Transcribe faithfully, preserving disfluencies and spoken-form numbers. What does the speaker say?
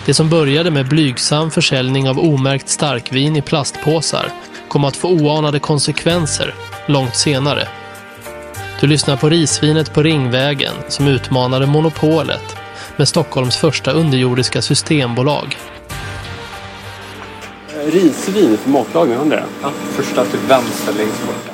Det som började med blygsam försäljning av omärkt starkvin i plastpåsar kom att få oanade konsekvenser långt senare. Du lyssnar på Risvinet på Ringvägen som utmanade monopolet med Stockholms första underjordiska systembolag. Risvin för matlagning, undrar jag. Ja, första till vänster längst bort.